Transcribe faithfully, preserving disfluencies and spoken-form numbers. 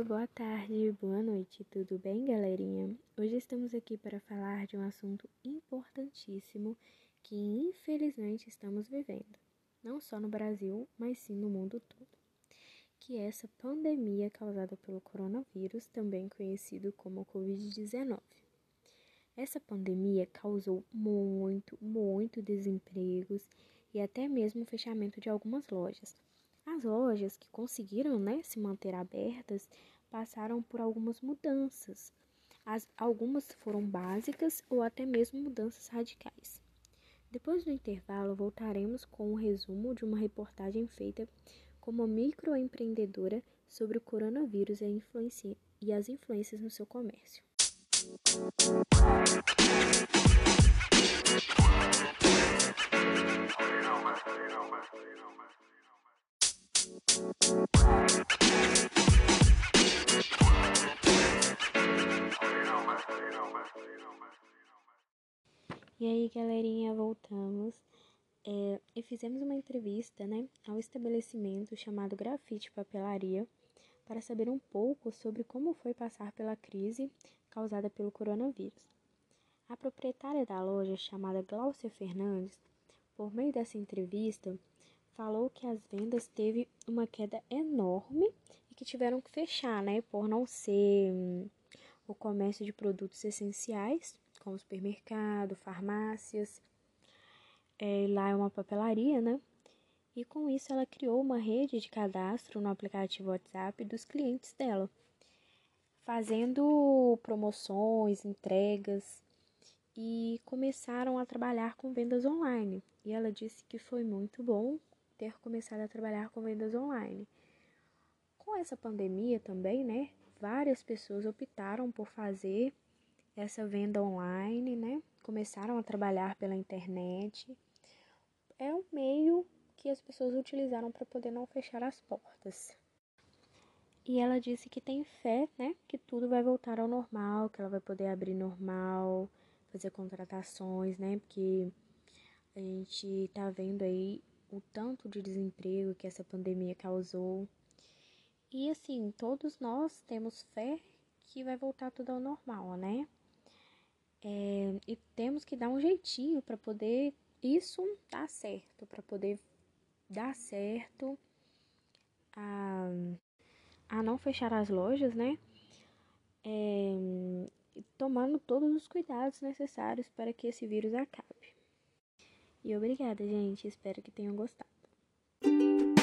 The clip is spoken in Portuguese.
boa tarde, boa noite, tudo bem, galerinha? Hoje estamos aqui para falar de um assunto importantíssimo que infelizmente estamos vivendo, não só no Brasil, mas sim no mundo todo, que é essa pandemia causada pelo coronavírus, também conhecido como covid dezenove. Essa pandemia causou muito, muito desempregos e até mesmo o fechamento de algumas lojas. As lojas que conseguiram, né, se manter abertas passaram por algumas mudanças. As, algumas foram básicas ou até mesmo mudanças radicais. Depois do intervalo, voltaremos com um resumo de uma reportagem feita com uma microempreendedora sobre o coronavírus e, a influência, e as influências no seu comércio. E aí, galerinha, voltamos. É, e fizemos uma entrevista, né, ao estabelecimento chamado Grafite Papelaria para saber um pouco sobre como foi passar pela crise causada pelo coronavírus. A proprietária da loja, chamada Gláucia Fernandes, por meio dessa entrevista, falou que as vendas teve uma queda enorme e que tiveram que fechar, né, por não ser hum, o comércio de produtos essenciais, como supermercado, farmácias. É, lá é uma papelaria, né? E com isso ela criou uma rede de cadastro no aplicativo WhatsApp dos clientes dela, fazendo promoções, entregas, e começaram a trabalhar com vendas online. E ela disse que foi muito bom ter começado a trabalhar com vendas online. Com essa pandemia também, né? Várias pessoas optaram por fazer essa venda online, né? Começaram a trabalhar pela internet. É um meio que as pessoas utilizaram para poder não fechar as portas. E ela disse que tem fé, né, que tudo vai voltar ao normal, que ela vai poder abrir normal, fazer contratações, né, porque a gente tá vendo aí o tanto de desemprego que essa pandemia causou. E assim, todos nós temos fé que vai voltar tudo ao normal, né? É, e temos que dar um jeitinho para poder isso dar certo, para poder dar certo a, a não fechar as lojas, né? É, tomando todos os cuidados necessários para que esse vírus acabe. E obrigada, gente. Espero que tenham gostado.